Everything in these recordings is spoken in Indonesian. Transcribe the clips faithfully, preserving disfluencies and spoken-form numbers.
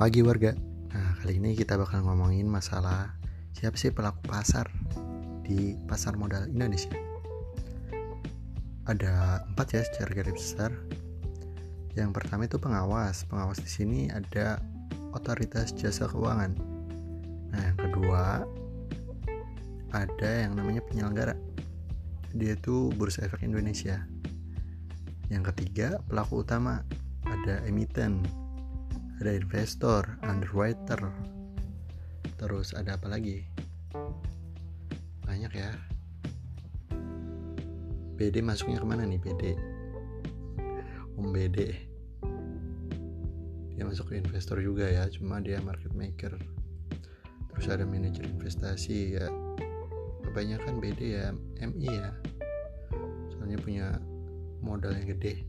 pagi warga. Nah, kali ini kita bakal ngomongin masalah siapa sih pelaku pasar di pasar modal Indonesia. Ada empat ya secara garis besar. Yang pertama itu pengawas. Pengawas di sini ada Otoritas Jasa Keuangan. Nah, yang kedua ada yang namanya penyelenggara. Dia itu Bursa Efek Indonesia. Yang ketiga pelaku utama, ada emiten, ada investor, underwriter, terus ada apa lagi? Banyak ya. B D masuknya kemana nih B D? Om B D. Dia masuk ke investor juga ya, cuma dia market maker. Terus ada manajer investasi ya. Kebanyakan B D ya M I ya. Soalnya punya modal yang gede.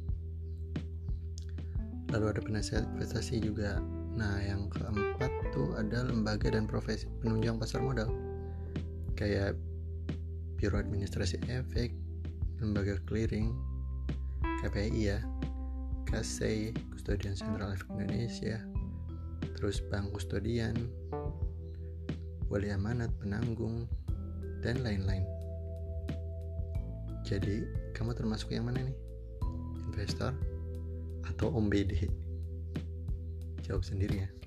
Lalu ada penasihat investasi juga. Nah, yang keempat tuh ada lembaga dan profesi penunjang pasar modal, kayak Biro Administrasi Efek, Lembaga Clearing, K P I ya, K S E I, Kustodian Sentral Efek Indonesia, terus Bank Kustodian, Wali Amanat, Penanggung, dan lain-lain. Jadi, kamu termasuk yang mana nih? Investor atau Om B D? Jawab sendiri ya.